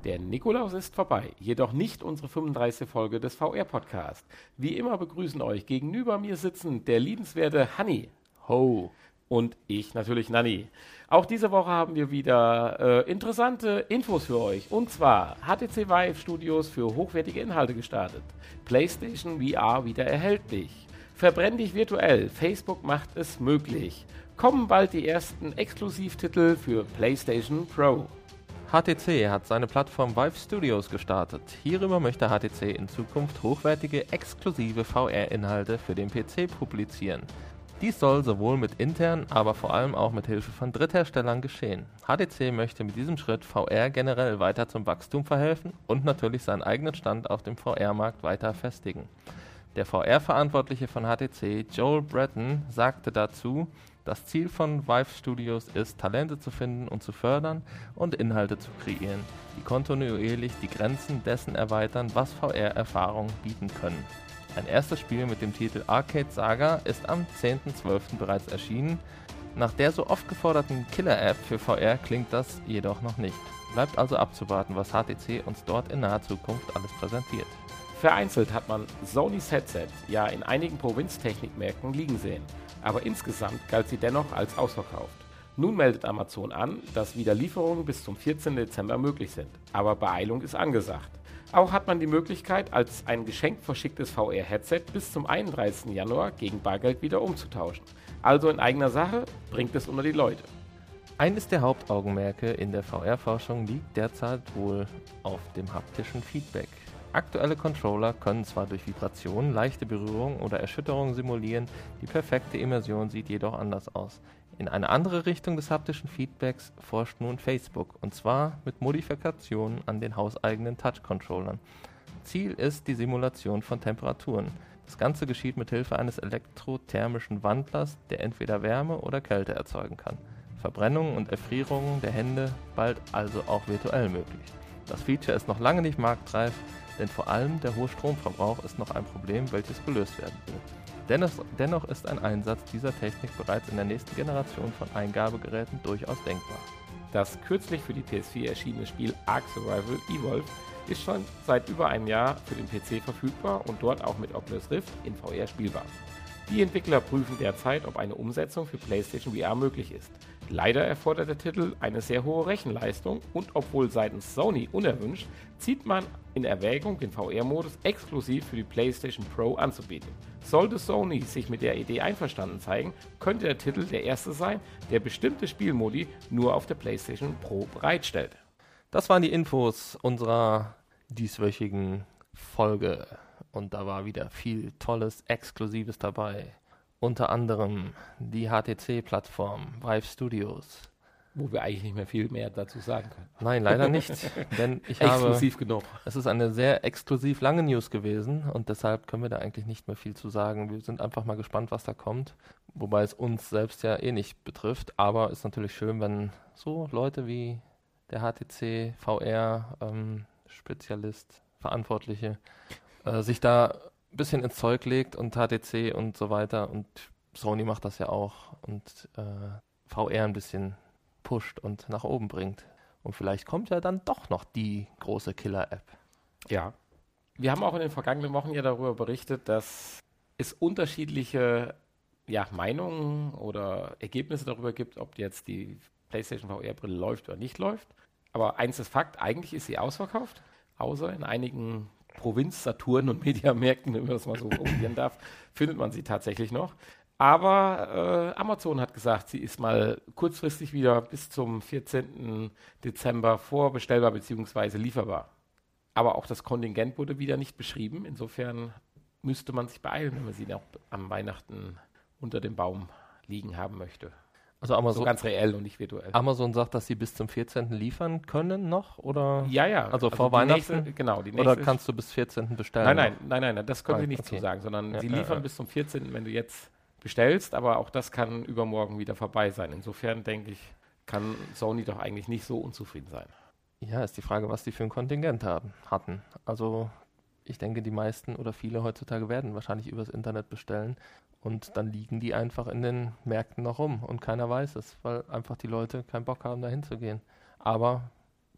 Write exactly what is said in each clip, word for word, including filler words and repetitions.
Der Nikolaus ist vorbei, jedoch nicht unsere fünfunddreißigste Folge des V R-Podcasts. Wie immer begrüßen euch gegenüber mir sitzend der liebenswerte Hanni. Ho. Und ich natürlich Nanni. Auch diese Woche haben wir wieder äh, interessante Infos für euch. Und zwar H T C Vive Studios für hochwertige Inhalte gestartet. PlayStation V R wieder erhältlich. Verbrenn dich virtuell, Facebook macht es möglich. Kommen bald die ersten Exklusivtitel für PlayStation Pro. H T C hat seine Plattform Vive Studios gestartet. Hierüber möchte H T C in Zukunft hochwertige, exklusive V R-Inhalte für den P C publizieren. Dies soll sowohl mit internen, aber vor allem auch mit Hilfe von Drittherstellern geschehen. H T C möchte mit diesem Schritt V R generell weiter zum Wachstum verhelfen und natürlich seinen eigenen Stand auf dem V R-Markt weiter festigen. Der V R-Verantwortliche von H T C, Joel Breton, sagte dazu, das Ziel von Vive Studios ist, Talente zu finden und zu fördern und Inhalte zu kreieren, die kontinuierlich die Grenzen dessen erweitern, was V R-Erfahrungen bieten können. Ein erstes Spiel mit dem Titel Arcade Saga ist am zehnten zwölften bereits erschienen. Nach der so oft geforderten Killer-App für V R klingt das jedoch noch nicht. Bleibt also abzuwarten, was H T C uns dort in naher Zukunft alles präsentiert. Vereinzelt hat man Sonys Headset ja in einigen Provinztechnikmärkten liegen sehen, aber insgesamt galt sie dennoch als ausverkauft. Nun meldet Amazon an, dass wieder Lieferungen bis zum vierzehnten Dezember möglich sind, aber Beeilung ist angesagt. Auch hat man die Möglichkeit, als ein Geschenk verschicktes V R-Headset bis zum einunddreißigsten Januar gegen Bargeld wieder umzutauschen. Also in eigener Sache, bringt es unter die Leute. Eines der Hauptaugenmerke in der V R-Forschung liegt derzeit wohl auf dem haptischen Feedback. Aktuelle Controller können zwar durch Vibrationen, leichte Berührung oder Erschütterung simulieren, die perfekte Immersion sieht jedoch anders aus. In eine andere Richtung des haptischen Feedbacks forscht nun Facebook, und zwar mit Modifikationen an den hauseigenen Touch-Controllern. Ziel ist die Simulation von Temperaturen. Das Ganze geschieht mit Hilfe eines elektrothermischen Wandlers, der entweder Wärme oder Kälte erzeugen kann. Verbrennungen und Erfrierungen der Hände bald also auch virtuell möglich. Das Feature ist noch lange nicht marktreif, denn vor allem der hohe Stromverbrauch ist noch ein Problem, welches gelöst werden will. Dennoch, dennoch ist ein Einsatz dieser Technik bereits in der nächsten Generation von Eingabegeräten durchaus denkbar. Das kürzlich für die P S vier erschienene Spiel Ark Survival Evolved ist schon seit über einem Jahr für den P C verfügbar und dort auch mit Oculus Rift in V R spielbar. Die Entwickler prüfen derzeit, ob eine Umsetzung für PlayStation V R möglich ist. Leider erfordert der Titel eine sehr hohe Rechenleistung und obwohl seitens Sony unerwünscht, zieht man in Erwägung, den V R-Modus exklusiv für die PlayStation Pro anzubieten. Sollte Sony sich mit der Idee einverstanden zeigen, könnte der Titel der erste sein, der bestimmte Spielmodi nur auf der PlayStation Pro bereitstellt. Das waren die Infos unserer dieswöchigen Folge und da war wieder viel Tolles, Exklusives dabei. Unter anderem die H T C-Plattform Vive Studios. Wo wir eigentlich nicht mehr viel mehr dazu sagen können. Nein, leider nicht, denn ich Exklusiv habe, genug. Es ist eine sehr exklusiv lange News gewesen und deshalb können wir da eigentlich nicht mehr viel zu sagen. Wir sind einfach mal gespannt, was da kommt, wobei es uns selbst ja eh nicht betrifft, aber es ist natürlich schön, wenn so Leute wie der H T C V R-Spezialist, ähm, Verantwortliche, äh, sich da ein bisschen ins Zeug legt und H T C und so weiter und Sony macht das ja auch und äh, V R ein bisschen pusht und nach oben bringt. Und vielleicht kommt ja dann doch noch die große Killer-App. Ja. Wir haben auch in den vergangenen Wochen ja darüber berichtet, dass es unterschiedliche ja, Meinungen oder Ergebnisse darüber gibt, ob jetzt die PlayStation V R-Brille läuft oder nicht läuft. Aber eins ist Fakt, eigentlich ist sie ausverkauft, außer in einigen Provinz-Saturn- und Mediamärkten, wenn man das mal so formulieren darf, findet man sie tatsächlich noch. Aber äh, Amazon hat gesagt, sie ist mal kurzfristig wieder bis zum vierzehnten Dezember vorbestellbar bzw. lieferbar. Aber auch das Kontingent wurde wieder nicht beschrieben. Insofern müsste man sich beeilen, wenn man sie noch am Weihnachten unter dem Baum liegen haben möchte. Also Amazon, so ganz reell und nicht virtuell. Amazon sagt, dass sie bis zum vierzehnten liefern können noch? Oder? Ja, ja. Also, also vor Weihnachten? Nächste, genau. Die nächste oder kannst du bis vierzehnten bestellen? Nein, nein, nein, nein, nein, das können nein, sie nicht okay. zu sagen, sondern ja, sie ja, liefern ja. bis zum vierzehnten, wenn du jetzt bestellst, aber auch das kann übermorgen wieder vorbei sein. Insofern denke ich, kann Sony doch eigentlich nicht so unzufrieden sein. Ja, ist die Frage, was die für ein Kontingent haben, hatten. Also ich denke, die meisten oder viele heutzutage werden wahrscheinlich übers Internet bestellen und dann liegen die einfach in den Märkten noch rum und keiner weiß es, weil einfach die Leute keinen Bock haben, da hinzugehen. Aber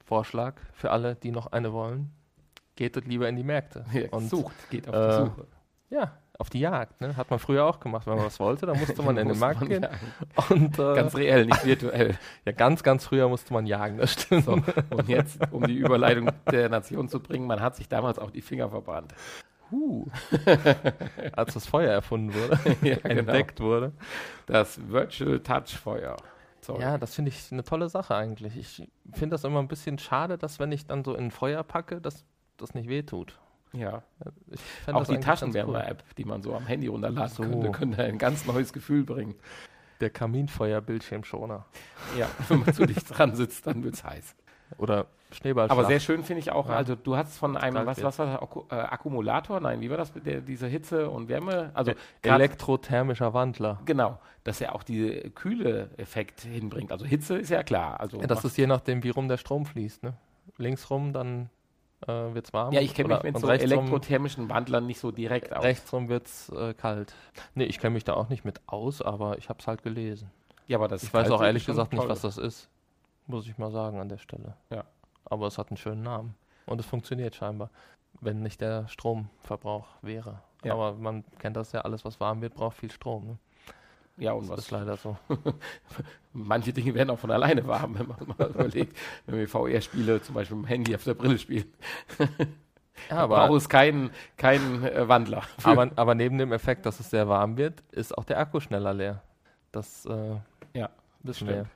Vorschlag für alle, die noch eine wollen. Geht dort lieber in die Märkte. Ja, und sucht, geht auf äh, die Suche. Ja, auf die Jagd. Ne? Hat man früher auch gemacht. Wenn man was wollte, dann musste man in den Muss Markt man gehen. jagen. Und, äh, Ganz reell, nicht virtuell. ja, ganz, ganz früher musste man jagen, das stimmt. So, und jetzt, um die Überleitung der Nation zu bringen, man hat sich damals auch die Finger verbrannt. Huh. Als das Feuer erfunden wurde, Ja, genau. entdeckt wurde. Das Virtual Touch Feuer. Sorry. Ja, das finde ich eine tolle Sache eigentlich. Ich finde das immer ein bisschen schade, dass wenn ich dann so in Feuer packe, dass das nicht wehtut. Ja. Ich fänd Auch das die eigentlich ganz Taschenwärmer-App, die man so am Handy runterladen So. könnte, könnte ein ganz neues Gefühl bringen. cool. Der Kaminfeuer-Bildschirmschoner. Ja, wenn man zu dicht dran sitzt, dann wird es heiß. Oder Schneeballschlacht. Aber sehr schön finde ich auch, Ja. also du hast von einem, Kalt was, wird. was war das, Akku, äh, Akkumulator? Nein, wie war das mit der, dieser Hitze und Wärme? Also grad- Elektrothermischer Wandler. Genau, dass er auch diese kühle Effekt hinbringt. Also Hitze ist ja klar. Also Ja, das macht- ist je nachdem, wie rum der Strom fließt. Ne? Links rum, dann äh, wird es warm. ja, ich kenne mich Oder- mit und so rechts rum- elektrothermischen Wandlern nicht so direkt aus. Rechts rum wird es äh, kalt. Nee, ich kenne mich da auch nicht mit aus, aber ich habe es halt gelesen. Ja, aber das Ich weiß Kalte auch ist ehrlich schon gesagt nicht, toll. was das ist. Muss ich mal sagen an der Stelle. Ja. Aber es hat einen schönen Namen. Und es funktioniert scheinbar. Wenn nicht der Stromverbrauch wäre. Ja. Aber man kennt das ja, alles was warm wird, braucht viel Strom. Ne? Ja, und Das was ist leider so. manche Dinge werden auch von alleine warm, wenn man mal überlegt, wenn wir V R-Spiele zum Beispiel mit dem Handy auf der Brille spielen. Ja, Aber aber, braucht es keinen keinen äh, Wandler. für- aber, aber neben dem Effekt, dass es sehr warm wird, ist auch der Akku schneller leer. Das äh, Ja, wissen stimmt. wir.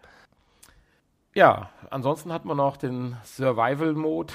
Ja, ansonsten hat man noch den Survival-Mode.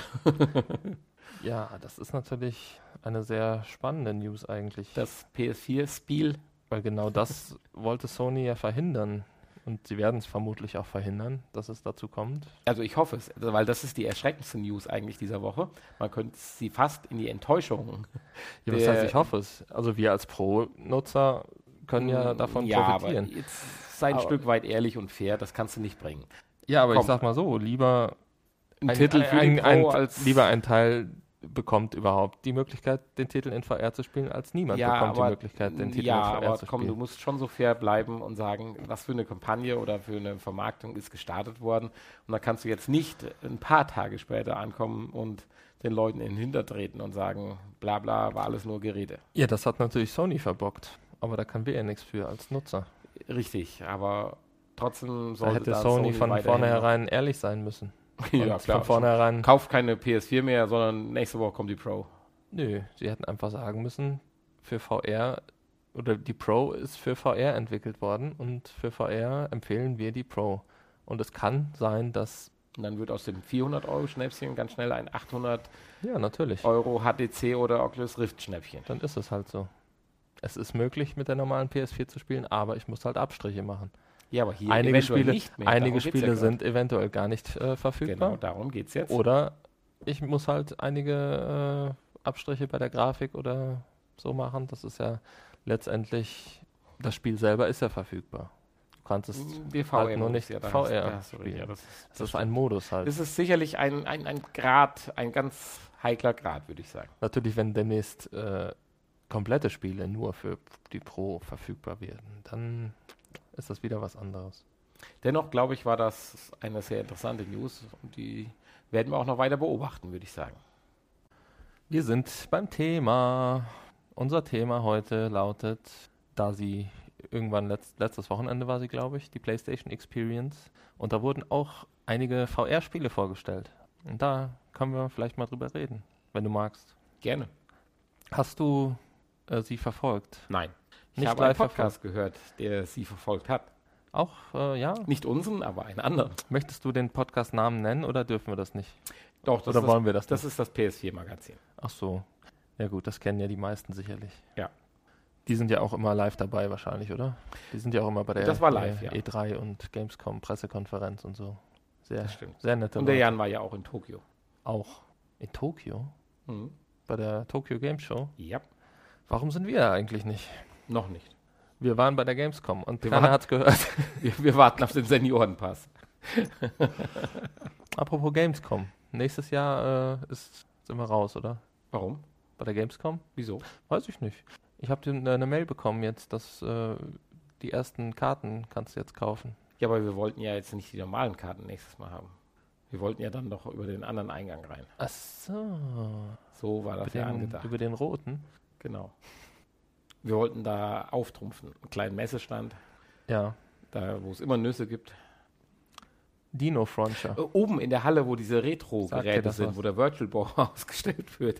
Ja, das ist natürlich eine sehr spannende News eigentlich. Das P S vier-Spiel. Weil genau das wollte Sony ja verhindern. Und sie werden es vermutlich auch verhindern, dass es dazu kommt. Also ich hoffe es, also weil das ist die erschreckendste News eigentlich dieser Woche. Man könnte sie fast in die Enttäuschung. Ja, was Der- heißt, ich hoffe es. Also wir als Pro-Nutzer können ja davon ja, profitieren. aber jetzt sei ein Aber- Stück weit ehrlich und fair, das kannst du nicht bringen. Ja, aber Komm. ich sag mal so, lieber Ein, ein, Titel für ein, die ein, Pro ein, als lieber ein Teil bekommt überhaupt die Möglichkeit, den Titel in V R zu spielen, als niemand ja, bekommt aber, die Möglichkeit, den Titel ja, in V R aber zu komm, du spielen. musst schon so fair bleiben und sagen, was für eine Kampagne oder für eine Vermarktung ist gestartet worden. Und da kannst du jetzt nicht ein paar Tage später ankommen und den Leuten in den Hinter treten und sagen, bla bla, war alles nur Gerede. Ja, das hat natürlich Sony verbockt. Aber da können wir ja nichts für als Nutzer. Richtig, aber trotzdem Da sollte hätte da Sony von weiterhin vornherein ehrlich sein müssen. noch- ja, Und klar. Von vornherein, Kauft keine P S vier mehr, sondern nächste Woche kommt die Pro. nö, sie hätten einfach sagen müssen, für V R, oder die Pro ist für V R entwickelt worden und für V R empfehlen wir die Pro. Und es kann sein, dass, Und dann wird aus dem vierhundert Euro Schnäppchen ganz schnell ein achthundert ja, natürlich, Euro H T C oder Oculus Rift Schnäppchen. dann ist es halt so. Es ist möglich, mit der normalen P S vier zu spielen, aber ich muss halt Abstriche machen. Ja, aber hier Einige eventuell Spiele, nicht mehr. einige Darum geht's Spiele ja sind eventuell gar nicht äh, grad. verfügbar. Genau, darum geht es jetzt. Oder ich muss halt einige äh, Abstriche bei der Grafik oder so machen. Das ist ja letztendlich, das Spiel selber ist ja verfügbar. Du kannst es, Wir halt nur nicht ja, da V hast- R da hast du recht, spielen. ja, das ist, das ist ein Modus halt. das ist sicherlich ein, ein, ein Grad, ein ganz heikler Grad, würde ich sagen. Natürlich, wenn demnächst äh, komplette Spiele nur für die Pro verfügbar werden, dann ist das wieder was anderes. Dennoch, glaube ich, war das eine sehr interessante News und die werden wir auch noch weiter beobachten, würde ich sagen. Wir sind beim Thema. Unser Thema heute lautet, da sie irgendwann letzt, letztes Wochenende war sie, glaube ich, die PlayStation Experience. Und da wurden auch einige V R-Spiele vorgestellt. Und da können wir vielleicht mal drüber reden, wenn du magst. Gerne. Hast du äh, sie verfolgt? Nein. Ich Nicht habe einen live Podcast gehört, der sie verfolgt hat. Auch, äh, ja? Nicht unseren, aber einen anderen. Möchtest du den Podcast-Namen nennen oder dürfen wir das nicht? Doch, das, Oder ist, wollen wir das das, das nicht? ist das P S vier Magazin. Ach so. Ja gut, das kennen ja die meisten sicherlich. Ja. Die sind ja auch immer live dabei wahrscheinlich, oder? Die sind ja auch immer bei der Das war live, äh, ja. E drei und Gamescom Pressekonferenz und so. Sehr, Das stimmt. sehr nette Und der Leute. Jan war ja auch in Tokio. Auch in Tokio, Mhm. bei der Tokyo Game Show. Ja, Warum sind wir da eigentlich nicht? noch nicht. Wir waren bei der Gamescom und Wir keiner waren- hat's gehört. Wir, wir warten auf den Seniorenpass. Apropos Gamescom. Nächstes Jahr äh, ist, sind wir raus, oder? Warum? Bei der Gamescom? Wieso? Weiß ich nicht. Ich habe eine Mail bekommen jetzt, dass äh, die ersten Karten kannst du jetzt kaufen. Ja, aber wir wollten ja jetzt nicht die normalen Karten nächstes Mal haben. Wir wollten ja dann noch über den anderen Eingang rein. Ach so. So war das Über ja den, angedacht. über den roten? Genau. Wir wollten da auftrumpfen. Einen kleinen Messestand, Ja. da wo es immer Nüsse gibt. Dino Frontier. Äh, Oben in der Halle, wo diese Sagt dir Retro-Geräte das sind, was? wo der Virtual Boy ausgestellt wird.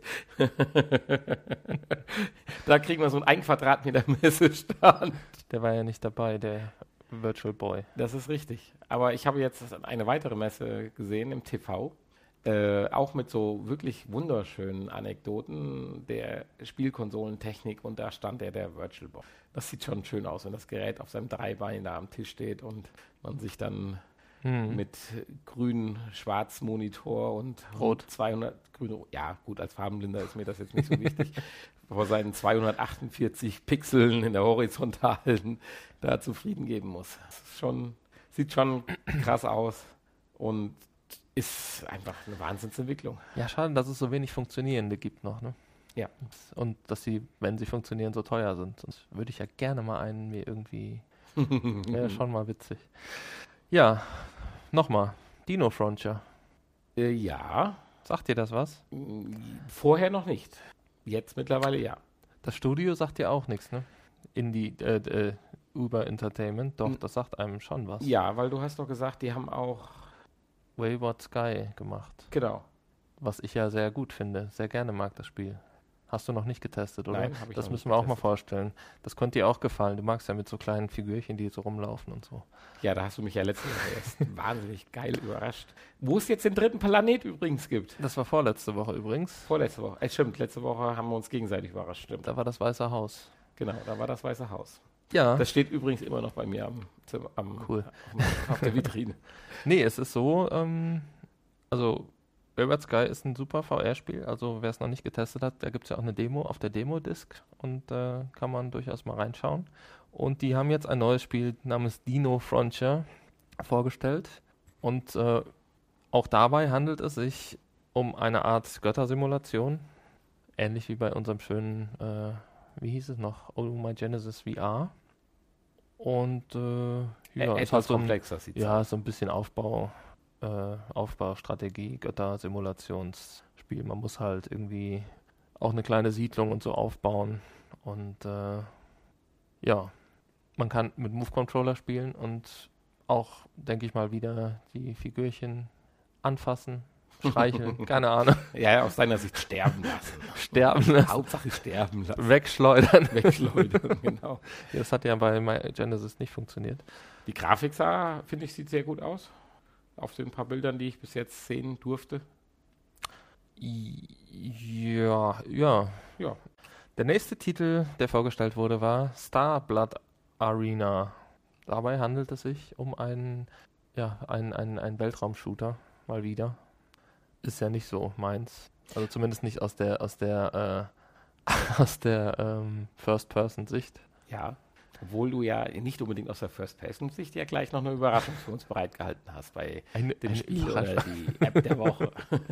Da kriegen wir so einen ein Quadratmeter Messestand. Der war ja nicht dabei, der Virtual Boy. Das ist richtig. Aber ich habe jetzt eine weitere Messe gesehen im T V. Äh, auch mit so wirklich wunderschönen Anekdoten der Spielkonsolentechnik und da stand der, der Virtual Boy. Das sieht schon schön aus, wenn das Gerät auf seinem Dreibein da am Tisch steht und man sich dann Hm. mit grün-schwarz Monitor und Rot. zweihundert, grün, ja gut, als Farbenblinder ist mir das jetzt nicht so wichtig, vor seinen zweihundertachtundvierzig Pixeln in der Horizontalen da zufrieden geben muss. Das ist schon, sieht schon krass aus und ist einfach eine Wahnsinnsentwicklung. Ja, schade, dass es so wenig Funktionierende gibt noch, ne? Ja. Und dass sie, wenn sie funktionieren, so teuer sind. Sonst würde ich ja gerne mal einen mir irgendwie... Wäre schon mal witzig. Ja, nochmal. Dino Frontier. Äh, ja, Sagt dir das was? mh, vorher noch nicht. Jetzt mittlerweile ja. Das Studio sagt dir auch nichts, ne? Indie, äh, äh, Uber Entertainment. Doch, N- das sagt einem schon was. Ja, weil du hast doch gesagt, die haben auch, Wayward Sky gemacht. genau. Was ich ja sehr gut finde. Sehr gerne mag das Spiel. Hast du noch nicht getestet, oder? Nein, hab ich das noch müssen nicht wir auch mal getestet. vorstellen. Das könnte dir auch gefallen. Du magst ja mit so kleinen Figürchen, die so rumlaufen und so. Ja, da hast du mich ja letzte Woche erst wahnsinnig geil überrascht. Wo es jetzt den dritten Planet übrigens gibt. Das war vorletzte Woche übrigens. Vorletzte Woche. Äh, stimmt, letzte Woche haben wir uns gegenseitig überrascht. Stimmt. Da war das Weiße Haus. Genau, da war das Weiße Haus. Ja. Das steht übrigens immer noch bei mir am, Zimmer- am, Cool. auf, auf der Vitrine. Nee, es ist so, ähm, also Wayward Sky ist ein super V R-Spiel, also wer es noch nicht getestet hat, da gibt es ja auch eine Demo auf der Demo-Disc und äh, kann man durchaus mal reinschauen. Und die haben jetzt ein neues Spiel namens Dino Frontier vorgestellt und äh, auch dabei handelt es sich um eine Art Göttersimulation, ähnlich wie bei unserem schönen, äh, wie hieß es noch, Oh My Genesis V R. Und äh, ja, Ä- ist Etwas halt so ein, komplexer sieht es ja, so ein bisschen Aufbau, äh, Aufbaustrategie, Götter-Simulationsspiel. Man muss halt irgendwie auch eine kleine Siedlung und so aufbauen. Und äh, ja, man kann mit Move-Controller spielen und auch, denke ich mal, wieder die Figürchen anfassen, streicheln, keine Ahnung, Ja, ja, aus seiner Sicht sterben lassen. sterben lassen, Hauptsache sterben lassen. wegschleudern. Wegschleudern, genau. Das hat ja bei My Genesis nicht funktioniert. Die Grafik sah, finde ich, sieht sehr gut aus. Auf den paar Bildern, die ich bis jetzt sehen durfte. Ja, ja. Ja. Der nächste Titel, der vorgestellt wurde, war Star Blood Arena. Dabei handelt es sich um einen, ja, einen, einen, einen Weltraumshooter, mal wieder. Ist ja nicht so meins. Also zumindest nicht aus der, aus der, äh, aus der ähm, First-Person-Sicht. Ja. Obwohl du ja nicht unbedingt aus der First-Person-Sicht ja gleich noch eine Überraschung für uns bereitgehalten hast bei Eine, dem eine Spiel Überraschung. oder die App der Woche.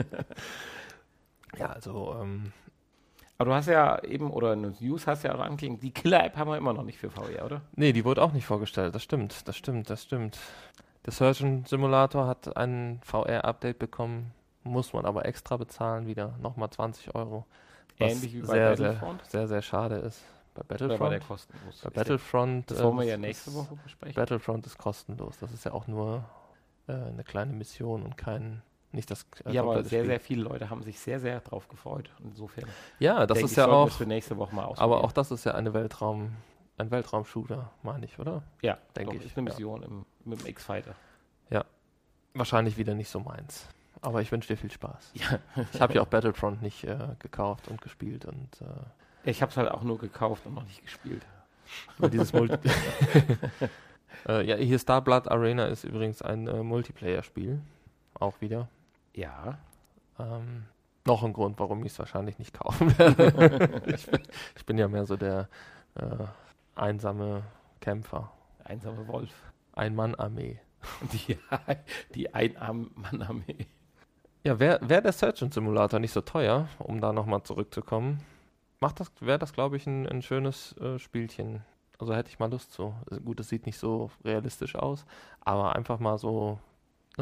Ja, also, ähm, Aber du hast ja eben, oder eine News hast ja auch anklingen, die Killer-App haben wir immer noch nicht für V R, oder? nee, die wurde auch nicht vorgestellt. Das stimmt, das stimmt, das stimmt. Der Surgeon Simulator hat ein V R-Update bekommen, muss man aber extra bezahlen wieder, nochmal zwanzig Euro. Was Ähnlich wie bei sehr, sehr, Battlefront? sehr, sehr schade ist. Bei Oder war der Battlefront, kostenlos? bei Battlefront, Das wollen wir äh, ja ist- nächste ist- Woche besprechen. Battlefront ist kostenlos. Das ist ja auch nur äh, eine kleine Mission und kein, nicht das äh, Ja, aber komplette sehr, Spiel. sehr viele Leute haben sich sehr, sehr drauf gefreut. Insofern Ja, das denke ist ich, ja sollten wir auch, es für nächste Woche mal ausprobieren. aber auch das ist ja eine Weltraum, ein Weltraum-Shooter, meine ich, oder? ja, denke doch, ich, ist eine ja. Mission im, mit dem X-Fighter. Wahrscheinlich wieder nicht so meins. Aber ich wünsche dir viel Spaß. Ja. Ich habe ja auch Battlefront nicht äh, gekauft und gespielt und äh, Ich habe es halt auch nur gekauft und noch nicht gespielt. über dieses Multi äh, ja, hier Star Blood Arena ist übrigens ein äh, Multiplayer-Spiel. Auch wieder. Ja. Ähm, noch ein Grund, warum ich es wahrscheinlich nicht kaufen werde. ich, bin, ich bin ja mehr so der äh, einsame Kämpfer. Einsame Wolf. Ein-Mann-Armee. Die, die Einarm-Mann-Armee. Ja, wäre wär der Surgeon Simulator nicht so teuer, um da nochmal zurückzukommen, macht das, wäre das, glaube ich, ein, ein schönes äh, Spielchen. Also hätte ich mal Lust zu. Also gut, es sieht nicht so realistisch aus, aber einfach mal so, ne?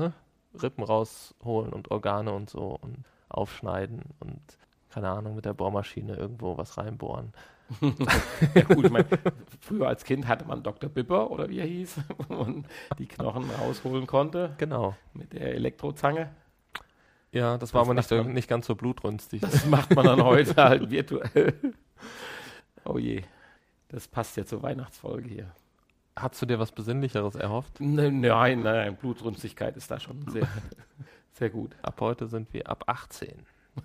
Rippen rausholen und Organe und so und aufschneiden und, keine Ahnung, mit der Bohrmaschine irgendwo was reinbohren. Ja gut, ich mein, früher als Kind hatte man Doktor Bipper, oder wie er hieß, wo man die Knochen rausholen konnte. Genau. Mit der Elektrozange. Ja, das war Das aber nicht, macht so, man- nicht ganz so blutrünstig. Das macht man dann heute halt virtuell. Oh je, das passt ja zur Weihnachtsfolge hier. Hast du dir was Besinnlicheres erhofft? Nein, nein, nein, Blutrünstigkeit ist da schon sehr, sehr gut. Ab heute sind wir ab achtzehn.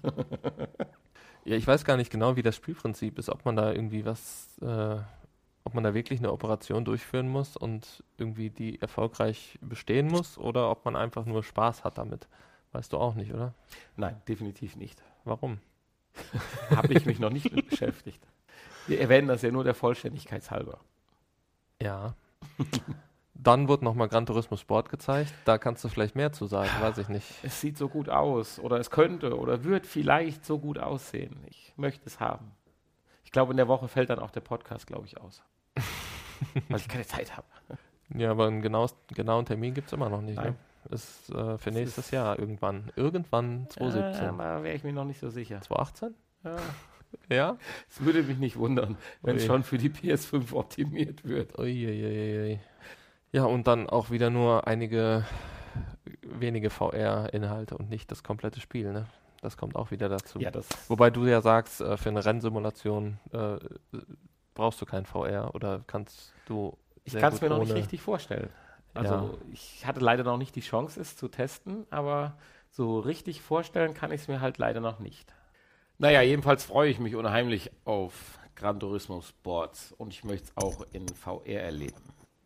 Ja, ich weiß gar nicht genau, wie das Spielprinzip ist, ob man da irgendwie was, äh, ob man da wirklich eine Operation durchführen muss und irgendwie die erfolgreich bestehen muss oder ob man einfach nur Spaß hat damit. Weißt du auch nicht, oder? Nein, definitiv nicht. Warum? Habe ich mich noch nicht mit beschäftigt. Wir erwähnen das ja nur der Vollständigkeit halber. Ja. Dann wurde nochmal Gran Turismo Sport gezeigt. Da kannst du vielleicht mehr zu sagen, weiß ich nicht. Es sieht so gut aus oder es könnte oder wird vielleicht so gut aussehen. Ich möchte es haben. Ich glaube, in der Woche fällt dann auch der Podcast, glaube ich, aus. Weil ich keine Zeit habe. Ja, aber einen genaues, genauen Termin gibt es immer noch nicht. Ne? Nein. Ist äh, für Es nächstes ist- Jahr irgendwann. Irgendwann zwanzig siebzehn. Ja, da wäre ich mir noch nicht so sicher. zwanzig achtzehn? Ja, Ja? es würde mich nicht wundern, wenn es Ui. schon für die P S fünf optimiert wird. Uiuiui. Ja, und dann auch wieder nur einige wenige V R-Inhalte und nicht das komplette Spiel, ne? Das kommt auch wieder dazu. Ja, das Wobei du ja sagst, äh, für eine Rennsimulation äh, brauchst du kein V R oder kannst du. ich sehr kann es gut mir noch nicht ohne- richtig vorstellen. Also Ja. ich hatte leider noch nicht die Chance, es zu testen, aber so richtig vorstellen kann ich es mir halt leider noch nicht. Naja, jedenfalls freue ich mich unheimlich auf Gran Turismo Sports und ich möchte es auch in V R erleben.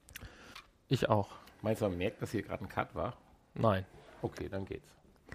Ich auch. Meinst du, man merkt, dass hier gerade ein Cut war? Nein. Okay, dann geht's.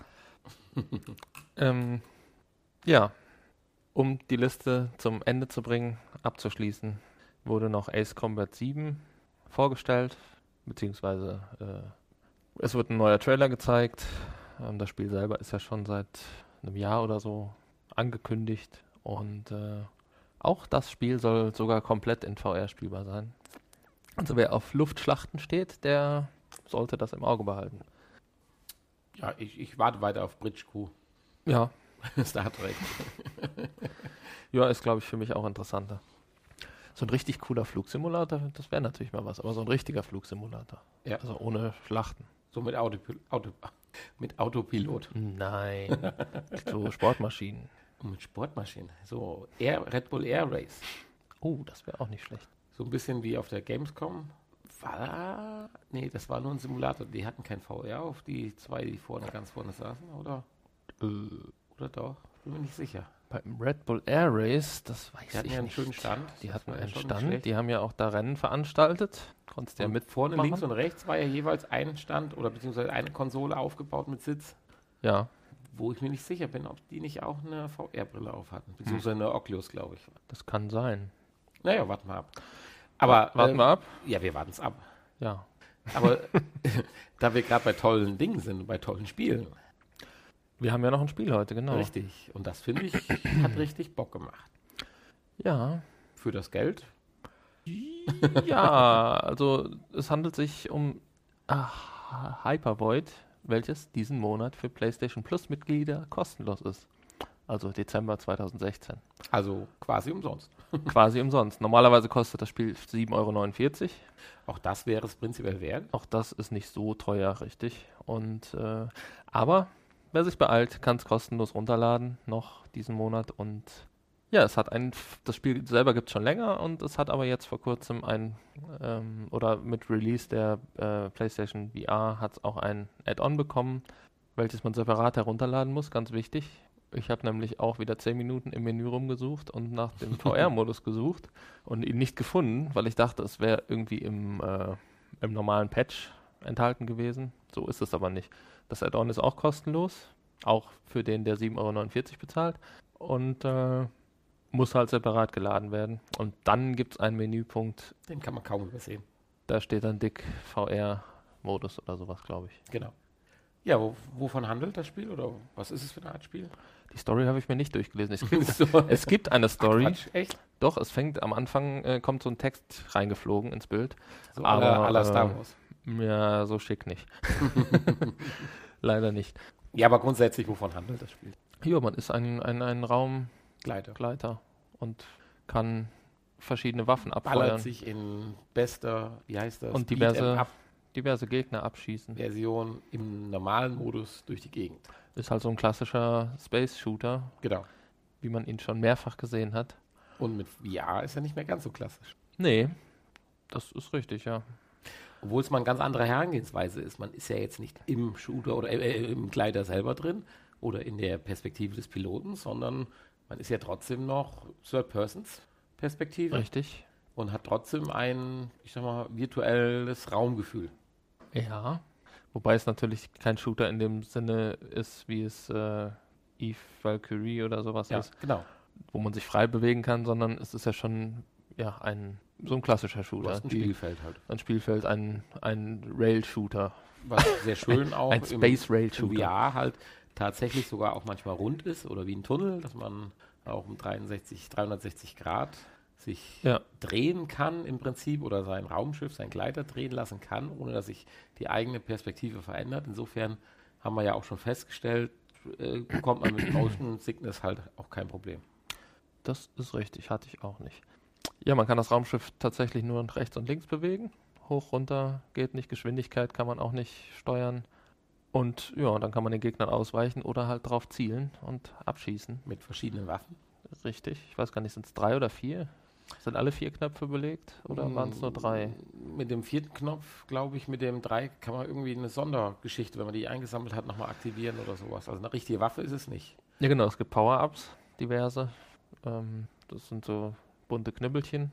Ähm, ja, um die Liste zum Ende zu bringen, abzuschließen, wurde noch Ace Combat sieben vorgestellt, beziehungsweise äh, es wird ein neuer Trailer gezeigt. Ähm, das Spiel selber ist ja schon seit einem Jahr oder so angekündigt und äh, auch das Spiel soll sogar komplett in V R spielbar sein. Also wer auf Luftschlachten steht, der sollte das im Auge behalten. Ja, ich, ich warte weiter auf Bridge Crew. Ja, Star Trek. ja, ist glaube ich für mich auch interessanter. So ein richtig cooler Flugsimulator, das wäre natürlich mal was, aber so ein richtiger Flugsimulator. Ja. Also ohne Schlachten. So mit, Autopil Auto mit Autopilot. Nein. So Sportmaschinen. Und mit Sportmaschinen. So Air, Red Bull Air Race. Oh, das wäre auch nicht schlecht. So ein bisschen wie auf der Gamescom. War, nee, das war nur ein Simulator. Die hatten kein V R auf, die zwei, die vorne ganz vorne saßen, oder? Äh, Oder doch? Bin mir nicht sicher. beim Red Bull Air Race, das weiß Die hatten ich ja einen nicht. schönen Stand. Die Das hatten war ja einen schon nicht Stand, schlecht. die haben ja auch da Rennen veranstaltet. Konntest ja Und mit vorne machen. links und rechts war ja jeweils ein Stand oder beziehungsweise eine Konsole aufgebaut mit Sitz, Ja, wo ich mir nicht sicher bin, ob die nicht auch eine V R-Brille auf hatten. Beziehungsweise eine Oculus, glaube ich. das kann sein. Naja, warten wir ab. Aber Warten ähm, wir ab. Ja, wir warten es ab. Ja. Aber da wir gerade bei tollen Dingen sind, bei tollen Spielen. Wir haben ja noch ein Spiel heute, genau. Richtig. Und das, finde ich, hat richtig Bock gemacht. Ja. Für das Geld. Ja, also es handelt sich um ach, Hypervoid, welches diesen Monat für PlayStation Plus Mitglieder kostenlos ist. Also Dezember zweitausendsechzehn. Also quasi umsonst. Quasi umsonst. Normalerweise kostet das Spiel sieben Euro neunundvierzig. Auch das wäre es prinzipiell wert. Auch das ist nicht so teuer, richtig. Und äh, aber wer sich beeilt, kann es kostenlos runterladen noch diesen Monat. Und ja, es hat ein, das Spiel selber gibt es schon länger und es hat aber jetzt vor kurzem ein ähm, oder mit Release der äh, PlayStation V R hat es auch ein Add-on bekommen, welches man separat herunterladen muss, ganz wichtig. Ich habe nämlich auch wieder zehn Minuten im Menü rumgesucht und nach dem V R-Modus gesucht und ihn nicht gefunden, weil ich dachte, es wäre irgendwie im, äh, im normalen Patch enthalten gewesen. So ist es aber nicht. Das Add-on ist auch kostenlos, auch für den, der sieben Euro neunundvierzig bezahlt und äh, muss halt separat geladen werden. Und dann gibt es einen Menüpunkt, Den kann man kaum übersehen. da steht dann dick V R-Modus oder sowas, glaube ich. Genau. Ja, wo, wovon handelt das Spiel oder was ist es für eine Art Spiel? Die Story habe ich mir nicht durchgelesen. Es gibt, So. es gibt eine Story. Quatsch, echt? Doch, es fängt am Anfang, äh, kommt so ein Text reingeflogen ins Bild. So Aber, aller, aller Star äh, Wars. Ja, so schick nicht. leider nicht. Ja, aber grundsätzlich, wovon handelt das Spiel? Ja, man ist ein, ein, ein Gleiter. Raumgleiter und kann verschiedene Waffen Ballert abfeuern sich in bester, wie heißt das? und Beat 'em diverse, up diverse Gegner abschießen. Version im normalen Modus durch die Gegend. Ist halt so ein klassischer Space-Shooter, Genau. wie man ihn schon mehrfach gesehen hat. Und mit V R ist er nicht mehr ganz so klassisch. Nee, das ist richtig, ja. Obwohl es mal eine ganz andere Herangehensweise ist. Man ist ja jetzt nicht im Shooter oder äh, im Gleiter selber drin oder in der Perspektive des Piloten, sondern man ist ja trotzdem noch Third-Persons-Perspektive Richtig. und hat trotzdem ein, ich sag mal, virtuelles Raumgefühl. Ja, wobei es natürlich kein Shooter in dem Sinne ist, wie es äh, Eve Valkyrie oder sowas Ja, ist, genau. wo man sich frei bewegen kann, sondern es ist ja schon ja, ein so ein klassischer Du Shooter. hast ein Die- Spielfeld halt. ein Spielfeld, ein, ein Rail-Shooter. Was sehr schön auch Ein im, Space im Rail-Shooter. V R halt tatsächlich sogar auch manchmal rund ist oder wie ein Tunnel, dass man auch um dreiundsechzig, dreihundertsechzig Grad sich Ja. drehen kann im Prinzip oder sein Raumschiff, sein Gleiter drehen lassen kann, ohne dass sich die eigene Perspektive verändert. Insofern haben wir ja auch schon festgestellt, äh, bekommt man mit Motion Sickness halt auch kein Problem. Das ist richtig, hatte ich auch nicht. Ja, man kann das Raumschiff tatsächlich nur nach rechts und links bewegen. Hoch, runter geht nicht, Geschwindigkeit kann man auch nicht steuern. Und ja, dann kann man den Gegnern ausweichen oder halt drauf zielen und abschießen. Mit verschiedenen Waffen. Richtig. Ich weiß gar nicht, sind es drei oder vier? Sind alle vier Knöpfe belegt oder waren es nur drei? Mit dem vierten Knopf, glaube ich, mit dem drei kann man irgendwie eine Sondergeschichte, wenn man die eingesammelt hat, nochmal aktivieren oder sowas. Also eine richtige Waffe ist es nicht. Ja genau, es gibt Power-Ups, diverse. Ähm, das sind so bunte Knüppelchen.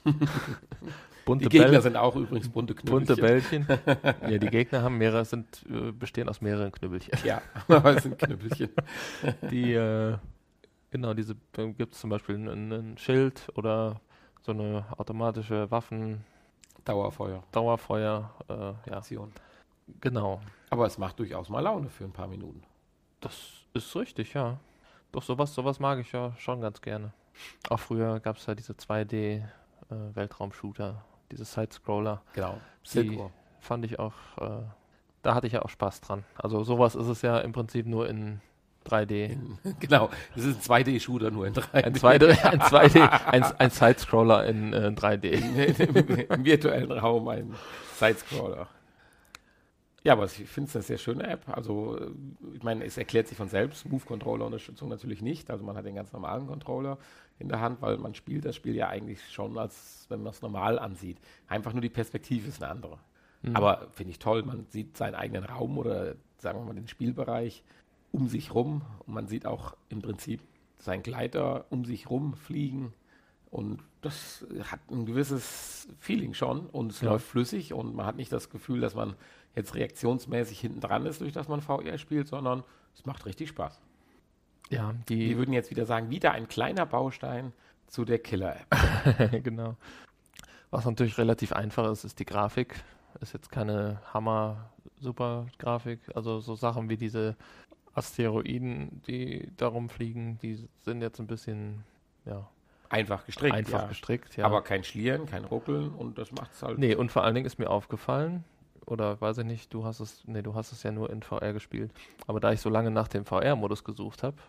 bunte Die Gegner Bälle- sind auch übrigens bunte bunte Knüppelchen. Bällchen. Ja, die Gegner haben mehrere, sind, äh, bestehen aus mehreren Knüppelchen. Ja, aber es sind Knüppelchen. Die, äh, genau, diese gibt es zum Beispiel ein, ein Schild oder so eine automatische Waffen, Dauerfeuer. Dauerfeuer, äh, ja, Aktion. genau. Aber es macht durchaus mal Laune für ein paar Minuten. Das ist richtig, ja. Doch sowas, sowas mag ich ja schon ganz gerne. Auch früher gab es ja diese zwei D-Weltraum-Shooter, diese Side-Scroller. Genau. Die Silk fand ich auch, äh, da hatte ich ja auch Spaß dran. Also sowas ist es ja im Prinzip nur in drei D. In, genau, das ist ein zwei D-Shooter nur in drei D. Ein zwei D, ein zwei D, ein, ein Side-Scroller in äh, drei D. Im, Im virtuellen Raum ein Sidescroller. Ja, aber ich finde es eine sehr schöne App. Also, äh, ich meine, es erklärt sich von selbst. Move-Controller-Unterstützung natürlich nicht. Also, man hat den ganz normalen Controller in der Hand, weil man spielt das Spiel ja eigentlich schon, als wenn man es normal ansieht. Einfach nur die Perspektive ist eine andere. Mhm. Aber finde ich toll, man sieht seinen eigenen Raum oder sagen wir mal den Spielbereich um sich rum und man sieht auch im Prinzip seinen Gleiter um sich rum fliegen und das hat ein gewisses Feeling schon und es Ja. läuft flüssig und man hat nicht das Gefühl, dass man jetzt reaktionsmäßig hinten dran ist, durch das man V R spielt, sondern es macht richtig Spaß. Ja, Die die, würden jetzt wieder sagen, wieder ein kleiner Baustein zu der Killer-App. genau. Was natürlich relativ einfach ist, ist die Grafik. Ist jetzt keine Hammer-Super-Grafik. Also so Sachen wie diese Asteroiden, die darum fliegen, die sind jetzt ein bisschen ja, Einfach gestrickt, einfach ja. gestrickt. Ja. Aber kein Schlieren, kein Ruckeln und das macht es halt. Nee, und vor allen Dingen ist mir aufgefallen, oder weiß ich nicht, du hast es, nee, du hast es ja nur in V R gespielt, aber da ich so lange nach dem V R-Modus gesucht habe,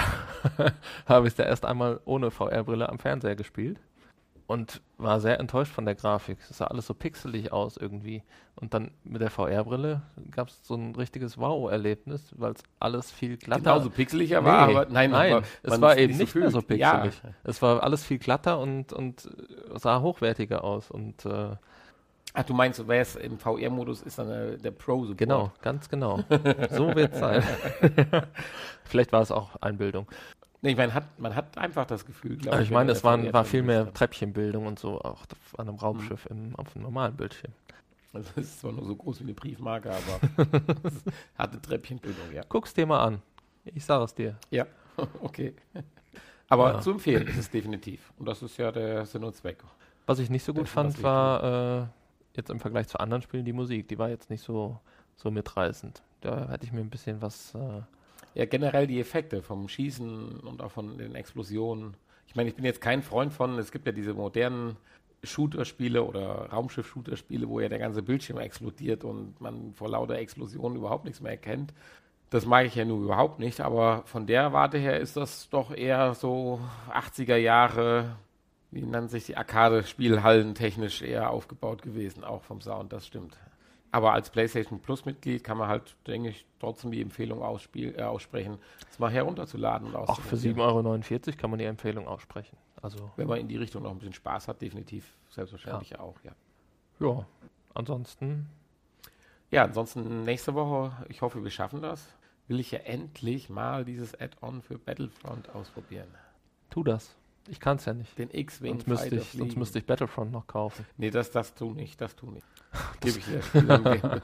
habe ich es ja erst einmal ohne V R-Brille am Fernseher gespielt und war sehr enttäuscht von der Grafik. Es sah alles so pixelig aus irgendwie. Und dann mit der V R-Brille gab es so ein richtiges Wow-Erlebnis, weil es alles viel glatter Genauso pixeliger war, Nee, aber nein, nein aber es man war ist eben nicht mehr so fühlt. Ja, pixelig. Es war alles viel glatter und, und äh, sah hochwertiger aus. Und äh, ach, du meinst, wer es im V R-Modus ist, dann äh, der Pro-Support. genau, ganz genau. So wird es sein. Vielleicht war es auch Einbildung. Nee, ich meine, hat, man hat einfach das Gefühl, glaube Aber ich. ich meine, wenn es man waren, der war V R viel drin mehr ist. Treppchenbildung und so, auch an einem Raumschiff im, auf einem normalen Bildschirm. Also, es ist zwar nur so groß wie eine Briefmarke, aber es hat eine Treppchenbildung, ja. Guck's dir mal an. Ich sage es dir. Ja, okay. Aber Ja. zu empfehlen ist es definitiv. Und das ist ja der Sinn und Zweck. Was ich nicht so gut Das ist, was fand, wir war äh, jetzt im Vergleich zu anderen Spielen die Musik. Die war jetzt nicht so, so mitreißend. Da hätte ich mir ein bisschen was... Äh, Ja, generell die Effekte vom Schießen und auch von den Explosionen. Ich meine, ich bin jetzt kein Freund von, es gibt ja diese modernen Shooter-Spiele oder Raumschiff-Shooter-Spiele, wo ja der ganze Bildschirm explodiert und man vor lauter Explosionen überhaupt nichts mehr erkennt. Das mag ich ja nun überhaupt nicht, aber von der Warte her ist das doch eher so achtziger Jahre, wie nennt sich die Arcade-Spielhallen technisch eher aufgebaut gewesen, auch vom Sound, das stimmt. Aber als PlayStation Plus-Mitglied kann man halt, denke ich, trotzdem die Empfehlung ausspiel, äh, aussprechen, es mal herunterzuladen und Auch für sieben Euro neunundvierzig kann man die Empfehlung aussprechen. Also wenn man in die Richtung noch ein bisschen Spaß hat, definitiv, selbstverständlich ja. auch, ja. Ja, ansonsten... Ja, ansonsten nächste Woche, ich hoffe, wir schaffen das, will ich ja endlich mal dieses Add-on für Battlefront ausprobieren. Tu das. Ich kann es ja nicht. Den X-Wing sonst müsste, ich, sonst müsste ich Battlefront noch kaufen. Nee, das, das tu nicht, das tu nicht. Gebe ich dir.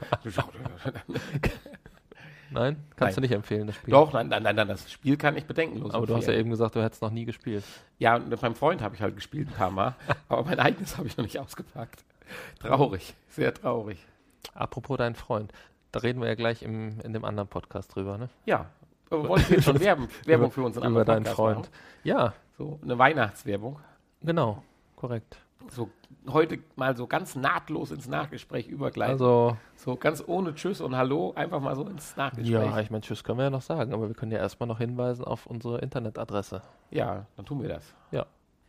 Nein? Kannst Nein. du nicht empfehlen, das Spiel? Doch, nein, nein, nein, nein, das Spiel kann ich bedenkenlos Aber du hast ja empfehlen. eben gesagt, du hättest noch nie gespielt. Ja, und mit meinem Freund habe ich halt gespielt ein paar Mal, aber mein eigenes habe ich noch nicht ausgepackt. Traurig, sehr traurig. Apropos dein Freund, da reden wir ja gleich im, in dem anderen Podcast drüber, ne? Ja, aber wollen wir jetzt schon Werben, Werbung für unseren Über anderen deinen Podcast Freund. machen? Ja, So eine Weihnachtswerbung. genau, korrekt. So heute mal so ganz nahtlos ins Nachgespräch übergleiten. Also, So ganz ohne Tschüss und Hallo, einfach mal so ins Nachgespräch. ja, ich meine, tschüss können wir ja noch sagen, aber wir können ja erstmal noch hinweisen auf unsere Internetadresse. Ja, dann tun wir das. Ja.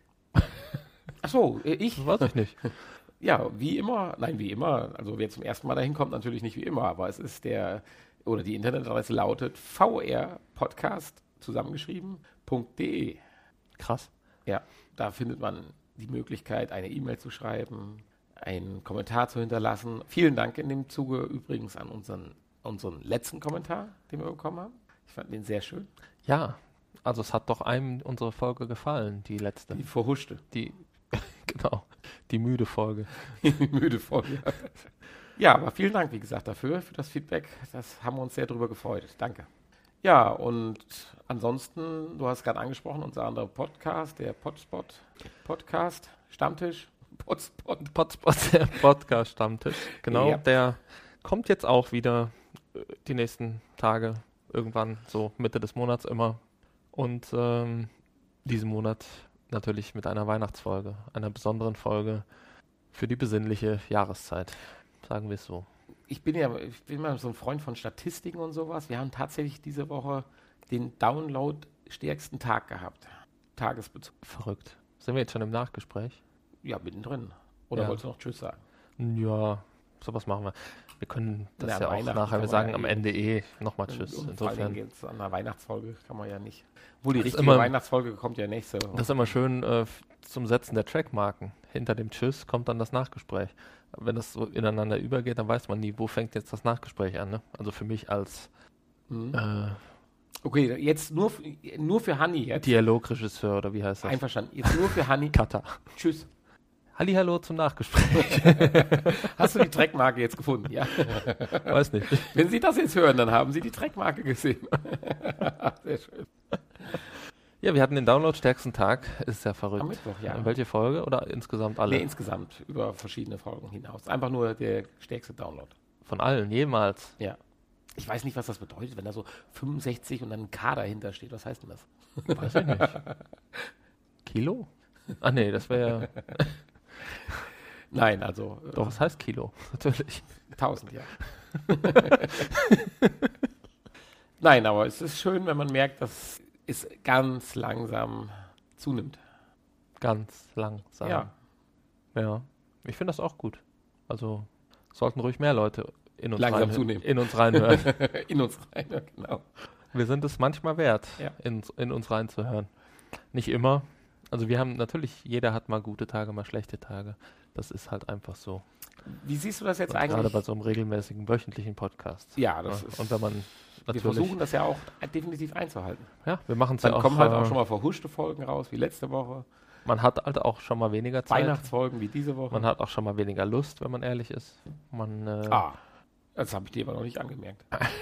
Ach so, äh, ich? Das weiß ich nicht. Ja, wie immer, nein, wie immer, also wer zum ersten Mal dahin kommt, natürlich nicht wie immer, aber es ist der, oder die Internetadresse lautet vrpodcast, zusammengeschrieben, .de. Krass. Ja, da findet man die Möglichkeit, eine E-Mail zu schreiben, einen Kommentar zu hinterlassen. Vielen Dank in dem Zuge übrigens an unseren, unseren letzten Kommentar, den wir bekommen haben. Ich fand den sehr schön. Ja, also es hat doch einem unsere Folge gefallen, die letzte. Die verhuschte. Die, genau, die müde Folge. Die müde Folge. Ja, aber vielen Dank, wie gesagt, dafür, für das Feedback. Das haben wir uns sehr drüber gefreut. Danke. Ja, und ansonsten, du hast gerade angesprochen, unser anderer Podcast, der Potspot Podcast, Stammtisch, Potspot. Potspot, der Podcast-Stammtisch. Genau, Ja. der kommt jetzt auch wieder äh, die nächsten Tage, irgendwann so Mitte des Monats immer. Und ähm, diesen Monat natürlich mit einer Weihnachtsfolge, einer besonderen Folge für die besinnliche Jahreszeit, sagen wir es so. Ich bin ja ich bin mal so ein Freund von Statistiken und sowas. Wir haben tatsächlich diese Woche den Download-stärksten Tag gehabt. Tagesbezug. Verrückt. Sind wir jetzt schon im Nachgespräch? Ja, mittendrin. Oder Ja. wolltest du noch Tschüss sagen? Ja, sowas machen wir. Wir können das Na, ja auch Weihnachten nachher, kann wir man sagen ja am eh- Ende eh nochmal Tschüss. Und vor allen Insofern, Dingen jetzt an einer Weihnachtsfolge kann man ja nicht. Obwohl die Das ist richtige immer- Weihnachtsfolge kommt ja nächste Woche. das ist immer schön äh, f- zum Setzen der Trackmarken. Hinter dem Tschüss kommt dann das Nachgespräch. Wenn das so ineinander übergeht, dann weiß man nie, wo fängt jetzt das Nachgespräch an. Ne? Also für mich als Mhm. äh, Okay, jetzt nur, f- nur für Hanni jetzt. Dialogregisseur oder wie heißt das? Einverstanden. Jetzt nur für Hanni. Cutter. Tschüss. Hallihallo zum Nachgespräch. Hast du die Trackmarke jetzt gefunden? Ja. Weiß nicht. Wenn Sie das jetzt hören, dann haben Sie die Trackmarke gesehen. Sehr schön. Ja, wir hatten den Download-stärksten Tag. Ist ja verrückt. Am Mittwoch, ja. Welche Folge oder insgesamt alle? Nee, insgesamt über verschiedene Folgen hinaus. Einfach nur der stärkste Download. Von allen, jemals. Ja. Ich weiß nicht, was das bedeutet, wenn da so fünfundsechzig und dann ein K dahinter steht. Was heißt denn das? Weiß ich nicht. Kilo? Ah nee, das wäre ja... Nein, also äh, Doch, es heißt Kilo, natürlich. tausend, ja. Nein, aber es ist schön, wenn man merkt, dass es ganz langsam zunimmt. Ganz langsam. Ja. Ja. Ich finde das auch gut. Also sollten ruhig mehr Leute in uns, Langsam reinhö- zunehmen. in uns reinhören. In uns rein, ja, genau. Wir sind es manchmal wert, Ja. in, in uns reinzuhören. Nicht immer. Also wir haben natürlich, jeder hat mal gute Tage, mal schlechte Tage. Das ist halt einfach so. Wie siehst du das jetzt Und gerade eigentlich? bei so einem regelmäßigen wöchentlichen Podcast. Ja, das Ja. ist. Und wenn man wir natürlich, versuchen das ja auch definitiv einzuhalten. ja, wir machen es Dann ja auch. kommen halt auch äh, schon mal verhuschte Folgen raus, wie letzte Woche. Man hat halt auch schon mal weniger Zeit. Weihnachtsfolgen wie diese Woche. Man hat auch schon mal weniger Lust, wenn man ehrlich ist. Man, äh, ah, das habe ich dir aber noch nicht angemerkt.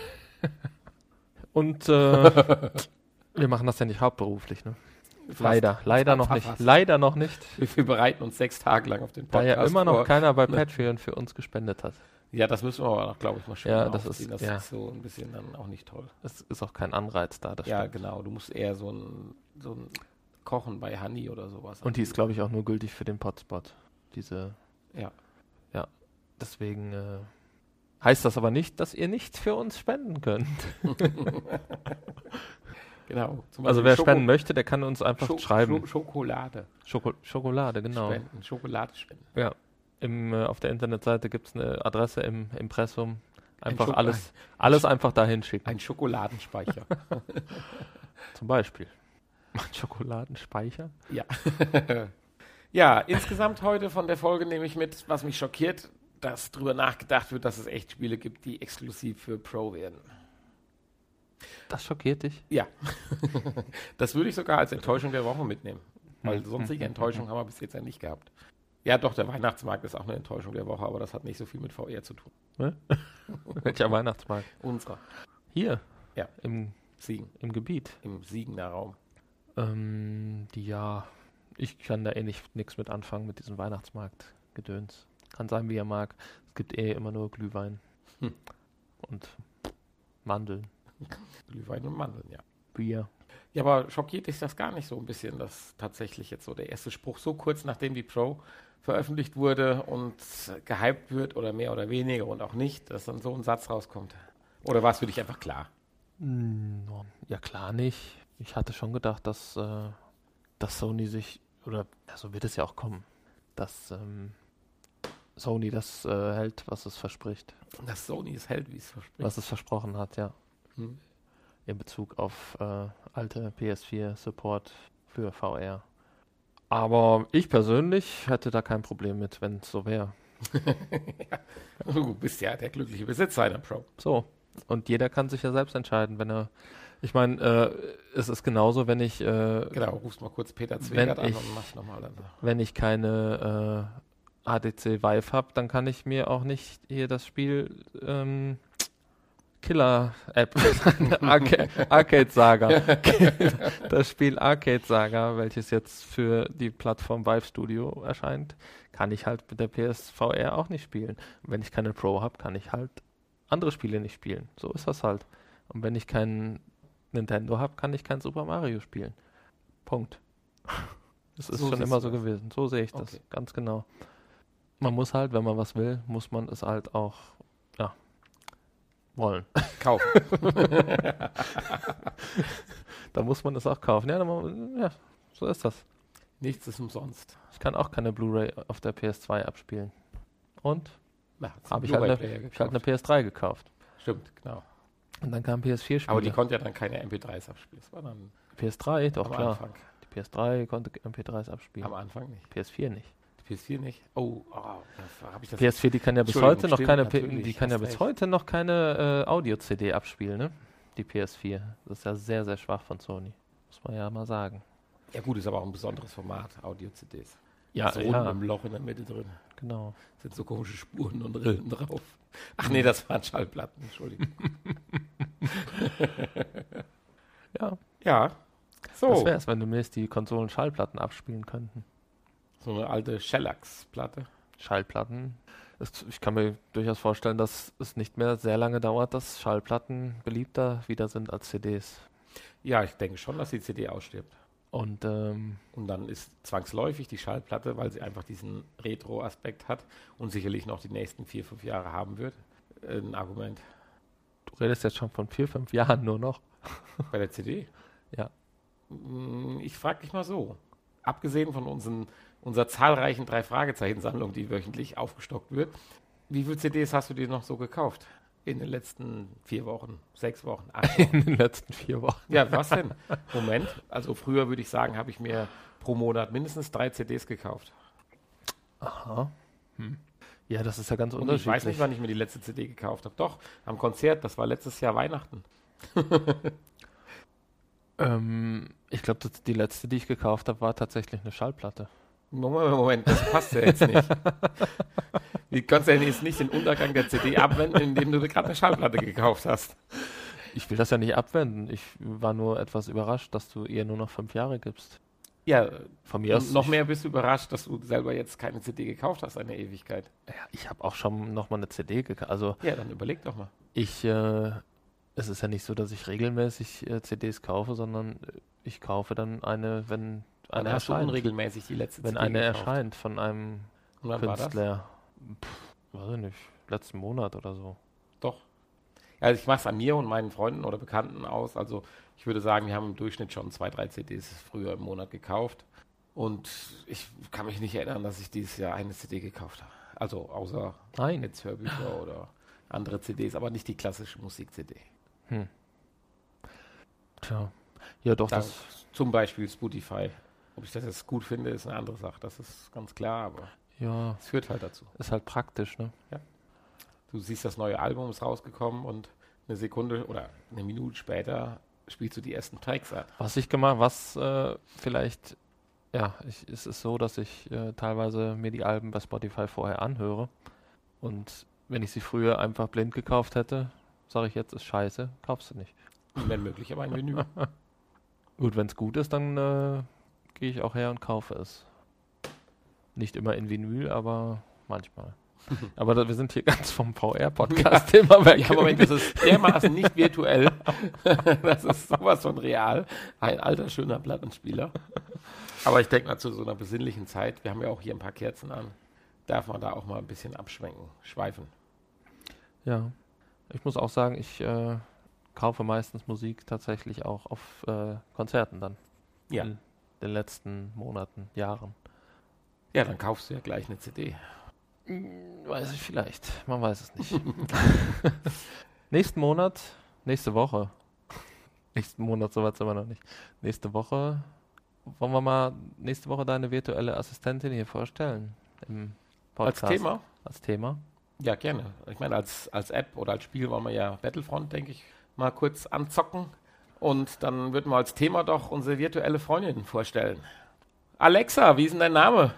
Und äh, wir machen das ja nicht hauptberuflich, ne? Leider, leider noch nicht. Fast. Leider noch nicht. Wir, wir bereiten uns sechs Tage lang auf den Da Podcast ja immer noch vor. keiner bei Patreon für uns gespendet hat. Ja, das müssen wir aber noch, glaube ich, mal schön Ja, das aufziehen. ist- das ja. ist so ein bisschen dann auch nicht toll. Es ist auch kein Anreiz da. Das ja, stimmt. genau. Du musst eher so ein, so ein Kochen bei Honey oder sowas. Und die ist, glaube ich, auch nur gültig für den Potspot. Diese, Ja. ja, deswegen äh, heißt das aber nicht, dass ihr nicht für uns spenden könnt. Genau. Zum Also Beispiel wer Schoko- spenden möchte, der kann uns einfach Scho- schreiben. Scho- Schokolade Schoko Schokolade, genau. spenden. Schokolade spenden. Ja. Im, äh, auf der Internetseite gibt es eine Adresse im Impressum. Einfach Schoko- alles, alles einfach dahin schicken. Ein Schokoladenspeicher. Zum Beispiel. Ein Schokoladenspeicher? Ja. Ja, insgesamt heute von der Folge nehme ich mit, was mich schockiert, dass drüber nachgedacht wird, dass es echt Spiele gibt, die exklusiv für Pro werden. Das schockiert dich? Ja. Das würde ich sogar als Enttäuschung der Woche mitnehmen. Weil sonstige Enttäuschung haben wir bis jetzt ja nicht gehabt. Ja, doch, der Weihnachtsmarkt ist auch eine Enttäuschung der Woche, aber das hat nicht so viel mit V R zu tun. Ne? Welcher Weihnachtsmarkt? Unserer. Hier? Ja. Im, Siegen. im Gebiet? Im Siegener Raum. Ähm, die, ja, ich kann da eh nicht nichts mit anfangen mit diesem Weihnachtsmarkt-Gedöns. Kann sein, wie er mag. Es gibt eh immer nur Glühwein. Hm. Und Mandeln. Glühwein und Mandeln, ja. Bier. Ja, aber schockiert dich das gar nicht so ein bisschen, dass tatsächlich jetzt so der erste Spruch so kurz nachdem die Pro veröffentlicht wurde und gehypt wird oder mehr oder weniger und auch nicht, dass dann so ein Satz rauskommt? Oder war es für dich einfach klar? Mm, Ja, klar nicht. Ich hatte schon gedacht, dass, äh, dass Sony sich, oder ja, so wird es ja auch kommen, dass ähm, Sony das äh, hält, was es verspricht. Dass Sony es hält, wie es verspricht. Was es versprochen hat, ja. Hm. In Bezug auf äh, alte P S vier Support für V R. Aber ich persönlich hätte da kein Problem mit, wenn es so wäre. Ja. Du bist ja der glückliche Besitzer einer Pro. So. Und jeder kann sich ja selbst entscheiden, wenn er. Ich meine, äh, es ist genauso, wenn ich. Äh, Genau, rufst mal kurz Peter Zwegert an ich- und machst nochmal dann. wenn ich keine äh, H T C Vive habe, dann kann ich mir auch nicht hier das Spiel ähm, Killer-App, Arca Arcade Saga, das Spiel Arcade Saga, welches jetzt für die Plattform Vive Studio erscheint, kann ich halt mit der P S V R auch nicht spielen. Und wenn ich keine Pro habe, kann ich halt andere Spiele nicht spielen. So ist das halt. Und wenn ich keinen Nintendo habe, kann ich kein Super Mario spielen. Punkt. Das ist So schon siehst immer du so das. gewesen. So sehe ich das, Okay. ganz genau. Man muss halt, wenn man was will, muss man es halt auch, ja, wollen. Kaufen. Da muss man es auch kaufen. Ja, dann, muss- ja, so ist das. Nichts ist umsonst. Ich kann auch keine Blu-ray auf der P S zwei abspielen. Und Na, hat's habe einen ich halt eine, Blu-ray-Player ich halt eine gekauft. P S drei gekauft. Stimmt, genau. Und dann kam P S vier Spiele. Aber die konnte ja dann keine M P drei s abspielen. Das war dann P S drei, doch am klar. Anfang. Die P S drei konnte M P drei s abspielen. Am Anfang nicht. P S vier nicht. Die P S vier nicht. Oh, oh habe ich das P S vier, die kann ja bis Entschuldigung, heute noch stimmt, keine, P- natürlich, die kann ja hast bis recht. heute noch keine äh, Audio-C D abspielen, ne? Die P S vier. Das ist ja sehr, sehr schwach von Sony. Muss man ja mal sagen. Ja gut, ist aber auch ein besonderes Format, Audio-C Ds. Ja, so rund ja, im Loch in der Mitte drin. genau. Sind so komische Spuren und Rillen drauf. Ach nee, das waren Schallplatten, Entschuldigung. Ja, Ja, das so. wäre es, wenn du mir jetzt die Konsolen Schallplatten abspielen könnten. So eine alte Shellax-Platte. Schallplatten. Es, ich kann mir durchaus vorstellen, dass es nicht mehr sehr lange dauert, dass Schallplatten beliebter wieder sind als C Ds. Ja, ich denke schon, dass die C D ausstirbt. Und ähm, Und dann ist zwangsläufig die Schallplatte, weil sie einfach diesen Retro-Aspekt hat und sicherlich noch die nächsten vier, fünf Jahre haben wird, äh, ein Argument. du redest jetzt schon von vier, fünf Jahren nur noch. Bei der C D? Ja. Mm, Ich frage dich mal so. Abgesehen von unseren, unserer zahlreichen Drei-Fragezeichen-Sammlung, die wöchentlich aufgestockt wird, wie viele C Ds hast du dir noch so gekauft? In den letzten vier Wochen, sechs Wochen, acht Wochen? In den letzten vier Wochen. Ja, was denn? Moment. Also früher würde ich sagen, habe ich mir pro Monat mindestens drei C Ds gekauft. Aha. Hm. Ja, das ist ja ganz Und ich unterschiedlich. weiß nicht, wann ich mir die letzte C D gekauft habe. Doch, am Konzert, das war letztes Jahr Weihnachten. Ähm, ich glaube, die letzte, die ich gekauft habe, war tatsächlich eine Schallplatte. Moment, Moment, das passt ja jetzt nicht. Wie kannst du denn jetzt nicht den Untergang der C D abwenden, indem du dir gerade eine Schallplatte gekauft hast? Ich will das ja nicht abwenden. Ich war nur etwas überrascht, dass du ihr nur noch fünf Jahre gibst. Ja, Von mir aus. noch ich, mehr bist du überrascht, dass du selber jetzt keine C D gekauft hast, eine Ewigkeit. Ja, ich habe auch schon noch mal eine C D gekauft. Also Ja, dann überleg doch mal. ich, äh, es ist ja nicht so, dass ich regelmäßig äh, C Ds kaufe, sondern äh, ich kaufe dann eine, wenn Dann eine hast du erscheint. unregelmäßig die letzte Wenn C D eine gekauft. erscheint von einem Und wann war das? Künstler. Pff, weiß ich nicht. Letzten Monat oder so. Doch. Also ich mache es an mir und meinen Freunden oder Bekannten aus. Also ich würde sagen, wir haben im Durchschnitt schon zwei, drei C Ds früher im Monat gekauft. Und ich kann mich nicht erinnern, dass ich dieses Jahr eine C D gekauft habe. Also außer Nein. jetzt Hörbücher oder andere C Ds, aber nicht die klassische Musik-C D. Hm. Tja. Ja, doch, Da, das. zum Beispiel Spotify. Ob ich das jetzt gut finde, ist eine andere Sache. Das ist ganz klar, aber Ja, es führt halt dazu. ist halt praktisch, ne? Du siehst, das neue Album ist rausgekommen und eine Sekunde oder eine Minute später spielst du die ersten Tracks ab. Was ich gemacht, was äh, vielleicht, ja, ich, es ist so, dass ich äh, teilweise mir die Alben bei Spotify vorher anhöre. Und wenn ich sie früher einfach blind gekauft hätte, sage ich jetzt, ist scheiße, kaufst du nicht. Wenn möglich, aber ein Menü. Gut, wenn es gut ist, dann äh, gehe ich auch her und kaufe es. Nicht immer in Vinyl, aber manchmal. Aber da, wir sind hier ganz vom V R-Podcast-Thema weg. Ja, Moment, das ist dermaßen nicht virtuell. Das ist sowas von real. Ein alter, schöner Plattenspieler. Aber ich denke mal, zu so einer besinnlichen Zeit, wir haben ja auch hier ein paar Kerzen an, darf man da auch mal ein bisschen abschwenken, schweifen. Ja, ich muss auch sagen, ich äh, kaufe meistens Musik tatsächlich auch auf äh, Konzerten dann. Ja. In den letzten Monaten, Jahren. Ja, dann kaufst du ja gleich eine C D. Weiß ich vielleicht, man weiß es nicht. Nächsten Monat, nächste Woche, nächsten Monat, soweit sind wir noch nicht. Nächste Woche, wollen wir mal nächste Woche deine virtuelle Assistentin hier vorstellen? Im Podcast. Als Thema? Als Thema? Ja, gerne. Ich meine, als, als App oder als Spiel wollen wir ja Battlefront, denke ich, mal kurz anzocken. Und dann würden wir als Thema doch unsere virtuelle Freundin vorstellen. Alexa, wie ist denn dein Name?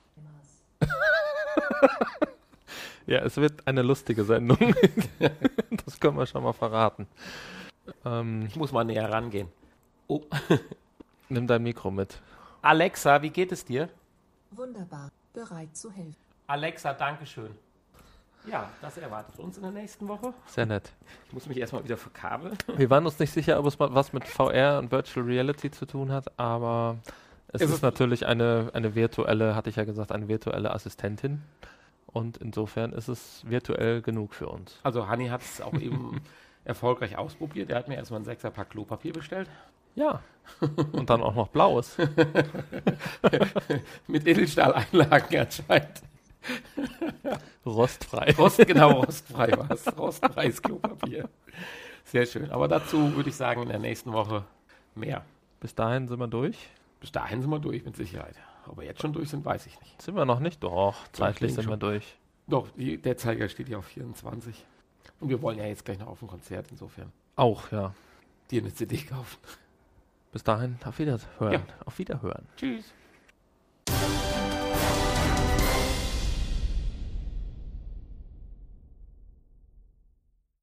Ja, es wird eine lustige Sendung. Das können wir schon mal verraten. Ähm, Ich muss mal näher rangehen. Oh. nimm dein Mikro mit. Alexa, wie geht es dir? Wunderbar, bereit zu helfen. Alexa, dankeschön. Ja, das erwartet uns in der nächsten Woche. Sehr nett. Ich muss mich erstmal wieder verkabeln. Wir waren uns nicht sicher, ob es mal was mit V R und Virtual Reality zu tun hat, aber es Es ist ist- natürlich eine, eine virtuelle, hatte ich ja gesagt, eine virtuelle Assistentin. Und insofern ist es virtuell genug für uns. Also Hanni hat es auch eben erfolgreich ausprobiert. Er hat mir erstmal ein Sechserpack Klopapier bestellt. Ja. Und dann auch noch blaues. Mit Edelstahleinlagen anscheinend. Rostfrei. Rost, genau, rostfrei war es. Rostfreies Klopapier. Sehr schön. Aber dazu würde ich sagen, in der nächsten Woche mehr. Bis dahin sind wir durch. Bis dahin sind wir durch, mit Sicherheit. Ob wir jetzt schon durch sind, weiß ich nicht. Sind wir noch nicht? Doch, zeitlich denke sind wir schon. durch. Doch, die, der Zeiger steht ja auf vierundzwanzig. Und wir wollen ja jetzt gleich noch auf ein Konzert, insofern. Auch, ja. Dir eine C D kaufen. Bis dahin, auf Wiederhören. Ja. Auf Wiederhören. Tschüss.